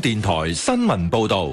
電台新聞報道。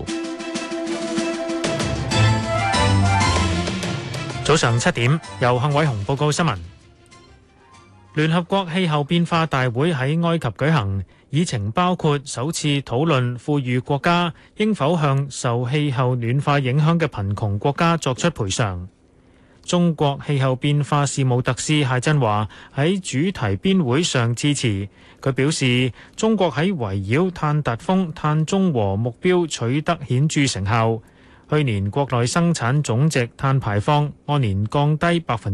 早上7點，由幸偉雄報告新聞。聯合國氣候變化大會喺埃及舉行，議程包括首次討論富裕國家應否向受氣候暖化影響嘅貧窮國家作出賠償。中國氣候變化事務特使謝振華喺主題邊會上致辭，佢表示中國喺圍繞碳達峰、碳中和目標取得顯著成效。去年國內生產總值碳排放按年降低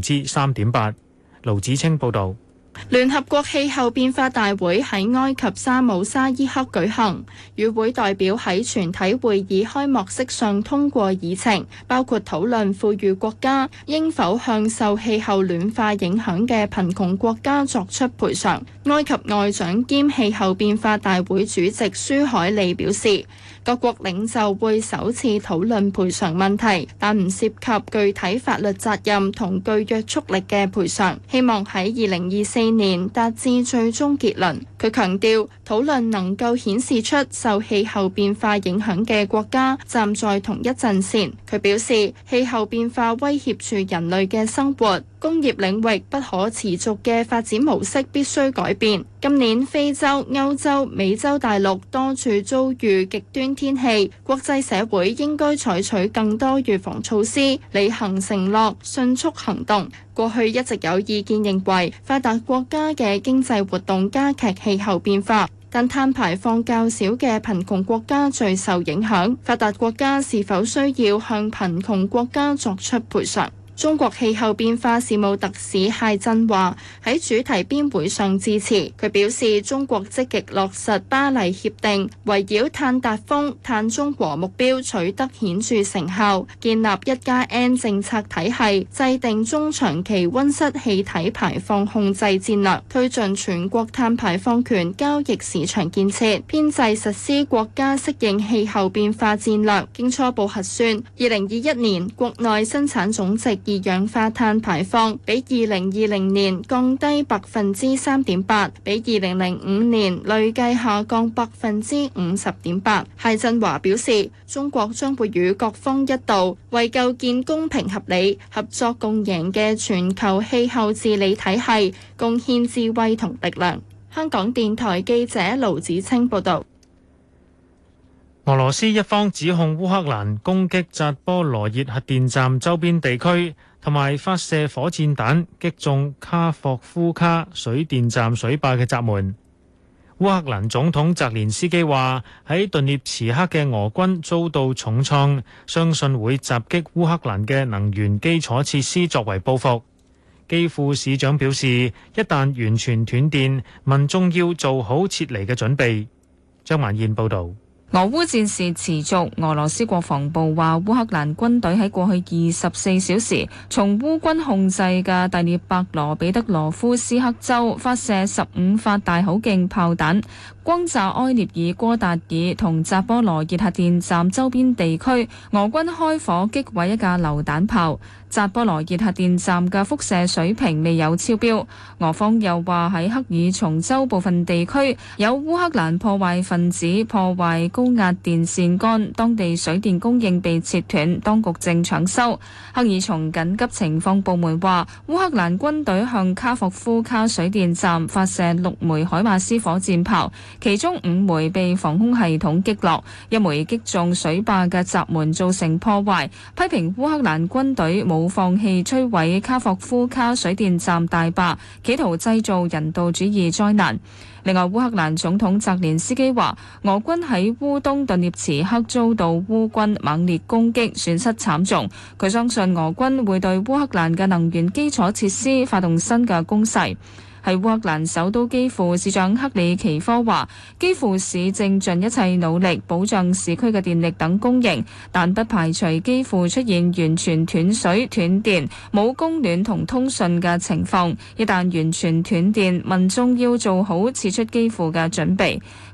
3.8%。盧子清報導。 聯合國氣候變化大會喺埃及沙姆沙伊克舉行，與會代表喺全體會議開幕式上通過議程，包括討論富裕國家應否向受氣候暖化影響嘅貧窮國家作出賠償。埃及外長兼氣候變化大會主席舒海利表示，各國領袖會首次討論賠償問題，但唔涉及具體法律責任同具約束力嘅賠償，希望喺2024年達至最終結論。佢強調，討論能夠顯示出受氣候變化影響嘅國家站在同一陣線。佢表示，氣候變化威脅住人類嘅生活，工業領域不可持續嘅發展模式必須改變。今年非洲、歐洲、美洲大陸多處遭遇極端天氣，國際社會應該採取更多預防措施，履行承諾，迅速行動。過去一直有意見認為，發達國家嘅經濟活動加劇氣候變化，但碳排放較少嘅貧窮國家最受影響。發達國家是否需要向貧窮國家作出賠償？中國氣候變化事務特使謝振華喺主題邊會上致辭，佢表示中國積極落實巴黎協定，圍繞碳達峰、碳中和目標取得顯著成效，建立1+N 政策體系，制定中長期溫室氣體排放控制戰略，推進全國碳排放權交易市場建設，編制實施國家適應氣候變化戰略。經初步核算，2021年國內生產總值二氧化碳排放比2020年降低3.8%，比2005年累計下降50.8%。謝振華表示，中國將會與各方一道，為構建公平合理、合作共贏嘅全球氣候治理體系貢獻智慧同力量。香港電台記者盧子清報道。 俄羅斯一方指控烏克蘭攻擊扎波羅熱核電站周邊地區，同埋發射火箭彈擊中卡霍夫卡水電站水壩嘅閘門。烏克蘭總統澤連斯基話：喺頓涅茨克嘅俄軍遭到重創，相信會襲擊烏克蘭嘅能源基礎設施作為報復。基輔市長表示，一旦完全斷電，民眾要做好撤離嘅準備。張曼燕報導。 俄烏戰事持續，俄羅斯國防部話烏克蘭軍隊喺過去24小時從烏軍控制嘅第聶伯羅彼得羅夫斯克州發射15發大口徑炮彈，轟炸埃涅爾戈達爾同扎波羅熱核電站周邊地區。俄軍開火擊毀一架榴彈炮。扎波羅熱核電站嘅輻射水平未有超標。俄方又話喺克爾松州部分地區有烏克蘭破壞分子破壞高壓電線桿，當地水電供應被切斷，當局正搶修。克爾松緊急情況部門話，烏克蘭軍隊向卡霍夫卡水電站發射6枚海馬斯火箭炮，其中5枚被防空系統擊落，1枚擊中水壩嘅閘門造成破壞，批評烏克蘭軍隊冇放棄摧毀卡霍夫卡水電站大壩，企圖製造人道主義災難。另外，烏克蘭總統澤連斯基話，俄軍喺烏東頓涅茨克遭到烏軍猛烈攻擊，損失慘重。佢相信俄軍會對烏克蘭嘅能源基礎設施發動新嘅攻勢。喺烏克蘭首都基輔，市長克里奇科話，基輔市正盡一切努力保障市區嘅電力等供應，但不排除基輔出現完全斷水斷電、冇供暖同通訊嘅情況。一旦完全斷電，民眾要做好撤出基輔嘅準備。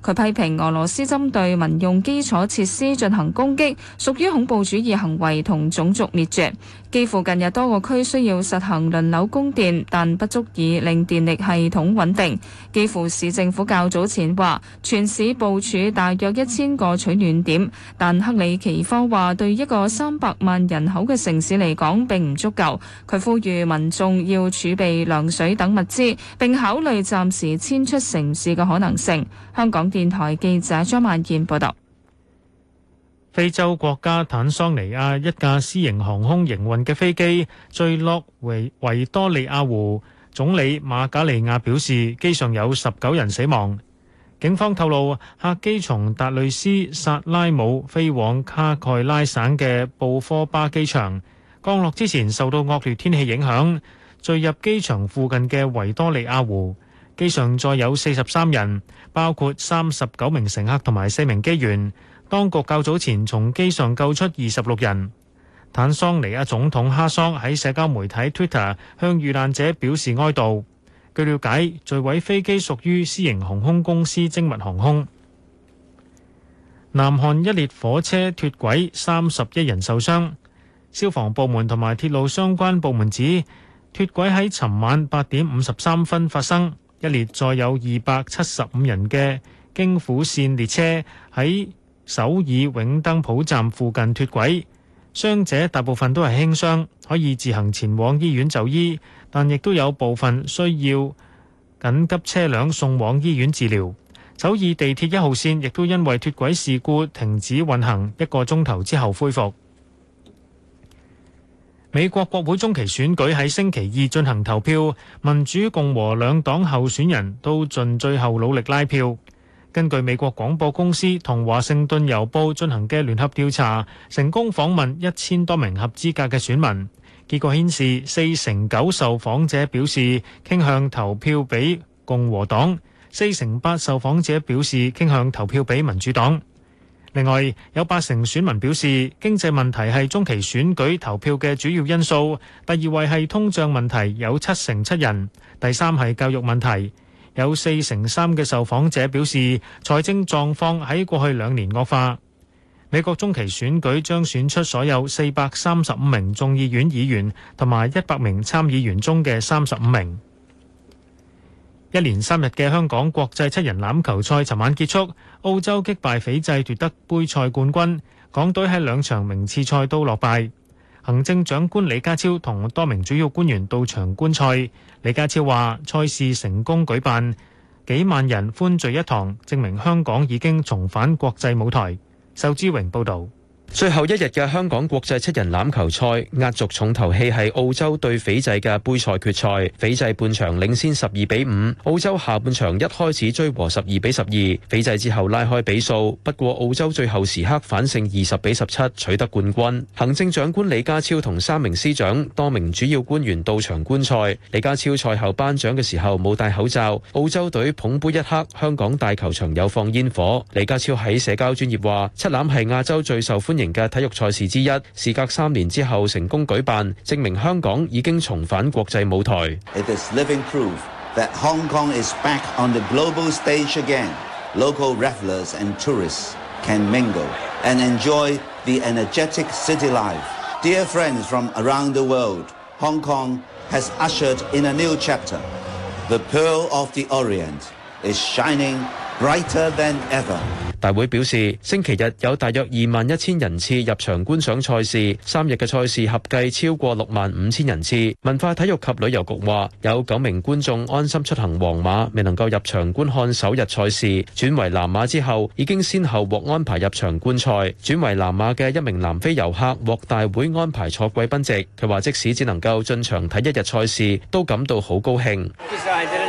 佢批評俄羅斯針對民用基礎設施進行攻擊，屬於恐怖主義行為同種族滅絕。基輔近日多個區需要實行輪流供電，但不足以令電力系統穩定。基輔市政府較早前話，全市部署大約1000個取暖點，但克里奇科話對一個300萬人口嘅城市嚟講並唔足夠。佢呼籲民眾要儲備糧水等物資，並考慮暫時遷出城市嘅可能性。香港電台記者張曼燕報道。 非洲國家坦桑尼亞一架私營航空營運嘅飛機墜落維多利亞湖，總理馬賈利亞表示機上有19人死亡。警方透露，客機從達累斯薩拉姆飛往卡蓋拉省嘅布科巴機場，降落之前受到惡劣天氣影響，墜入機場附近嘅維多利亞湖。機上載有43人，包括39名乘客同埋4名機員。當局較早前從機上救出26人。坦桑尼亞總統哈桑喺社交媒體 Twitter 向遇難者表示哀悼。據了解，墜毀飛機屬於私營航空公司精密航空。南韓一列火車脫軌，31人受傷。消防部門同埋鐵路相關部門指，脫軌喺尋晚8點53分發生。一列載有275人嘅京釜線列車喺首爾永登浦站附近脫軌，傷者大部分都係輕傷，可以自行前往醫院就醫，但亦都有部分需要緊急車輛送往醫院治療。首爾地鐵1號線亦都因為脫軌事故停止運行，1個鐘頭之後恢復。美國國會中期選舉喺星期二進行投票，民主共和兩黨候選人都盡最後努力拉票。根據美國廣播公司同華盛頓郵報進行嘅聯合調查，成功訪問1000多名合資格嘅選民，結果顯示4成9受訪者表示傾向投票俾共和黨，4成8受訪者表示傾向投票俾民主黨。另外，有8成選民表示經濟問題係中期選舉投票嘅主要因素，第二位係通脹問題，有7成7人，第3係教育問題。有4成3嘅受訪者表示財政狀況喺過去2年惡化。美國中期選舉將選出所有435名眾議院議員同埋100名參議員中嘅35名。一連3日嘅香港國際7人欖球賽尋晚結束，澳洲擊敗斐濟奪得杯賽冠軍，港隊喺2場名次賽都落敗。行政長官李家超同多名主要官員到場觀賽。李家超話：賽事成功舉辦，幾萬人歡聚一堂，證明香港已經重返國際舞台。仇之榮報導。 最後一日嘅香港國際7人欖球賽，壓軸重頭戲係澳洲對斐濟嘅杯賽決賽。斐濟半場領先12-5，澳洲下半場一開始追和12-12，斐濟之後拉開比數，不過澳洲最後時刻反勝20-17，取得冠軍。行政長官李家超同3名司長、多名主要官員到場觀賽。李家超賽後頒獎嘅時候冇戴口罩，澳洲隊捧杯一刻，香港大球場有放煙火。李家超喺社交專頁話：七欖係亞洲最受歡迎嘅體育賽事之一，事隔3年之後成功舉辦，證明香港已經重返國際舞台。 It is living proof that Hong Kong is back on the global stage again. Local revelers and tourists can mingle and enjoy the energetic city life. Dear friends from around the world, Hong Kong has ushered in a new chapter. The Pearl of the Orient is shining brighter than ever. 大會表示，星期日有大約21,000人次入場觀賞賽事，3日嘅賽事合計超過65,000人次。文化體育及旅遊局話，有9名觀眾安心出行黃碼，未能夠入場觀看首日賽事，轉為藍碼之後，已經先後獲安排入場觀賽。轉為藍碼嘅1名南非遊客獲大會安排坐貴賓席，佢話即使只能夠進場睇1日賽事，都感到好高興。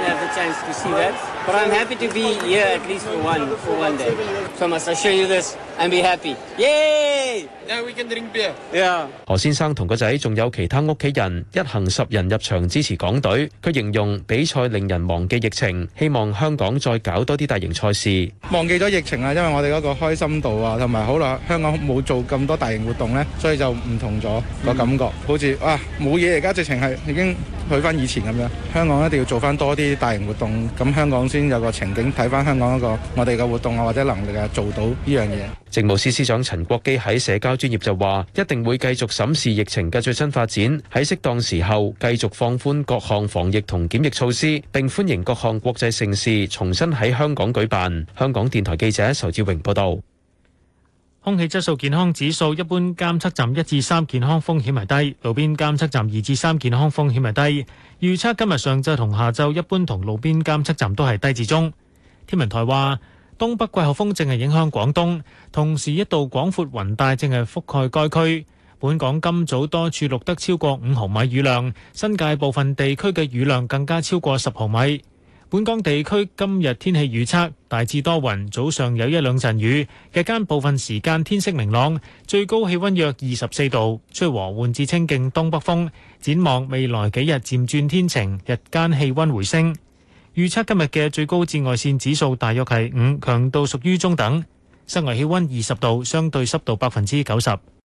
But I'm happy to be here at least for one day. So I must assure you this, and be happy. Yay! Yeah, we can drink beer. Yeah. 何先生同個仔仲有其他屋企人一行10人入場支持港隊。佢形容比賽令人忘記疫情，希望香港再搞多啲大型賽事。 忘記咗疫情啦，因為我哋嗰個開心度啊，同埋好耐香港冇做咁多大型活動呢，所以就唔同咗個感覺，好似哇冇嘢，而家直情係已經去翻以前咁樣。香港一定要做翻多啲大型活動，咁香港先有個情景睇翻香港一個我哋嘅活動啊，或者能力啊做到呢樣嘢。 政務司司長陳國基喺社交專頁就話，一定會繼續審視疫情嘅最新發展，喺適當時候繼續放寬各項防疫同檢疫措施，並歡迎各項國際盛事重新喺香港舉辦。香港電台記者仇志榮報道。 空氣質素健康指數，一般監測站1至3健康風險係低，路邊監測站2至3健康風險係低。預測今日上晝同下晝一般同路邊監測站都係低至中。天文台話，東北季候風正係影響廣東，同時一道廣闊雲帶正係覆蓋該區。本港今早多處錄得超過5毫米雨量，新界部分地區嘅雨量更加超過10毫米。本港地區今日天氣預測大致多雲，早上有1、2陣雨，日間部分時間天色明朗，最高氣溫約24度，吹和緩至清勁東北風。展望未來幾日漸轉天晴，日間氣溫回升。預測今日嘅最高紫外線指數大約係5，強度屬於中等。室外氣溫20度，相對濕度90%。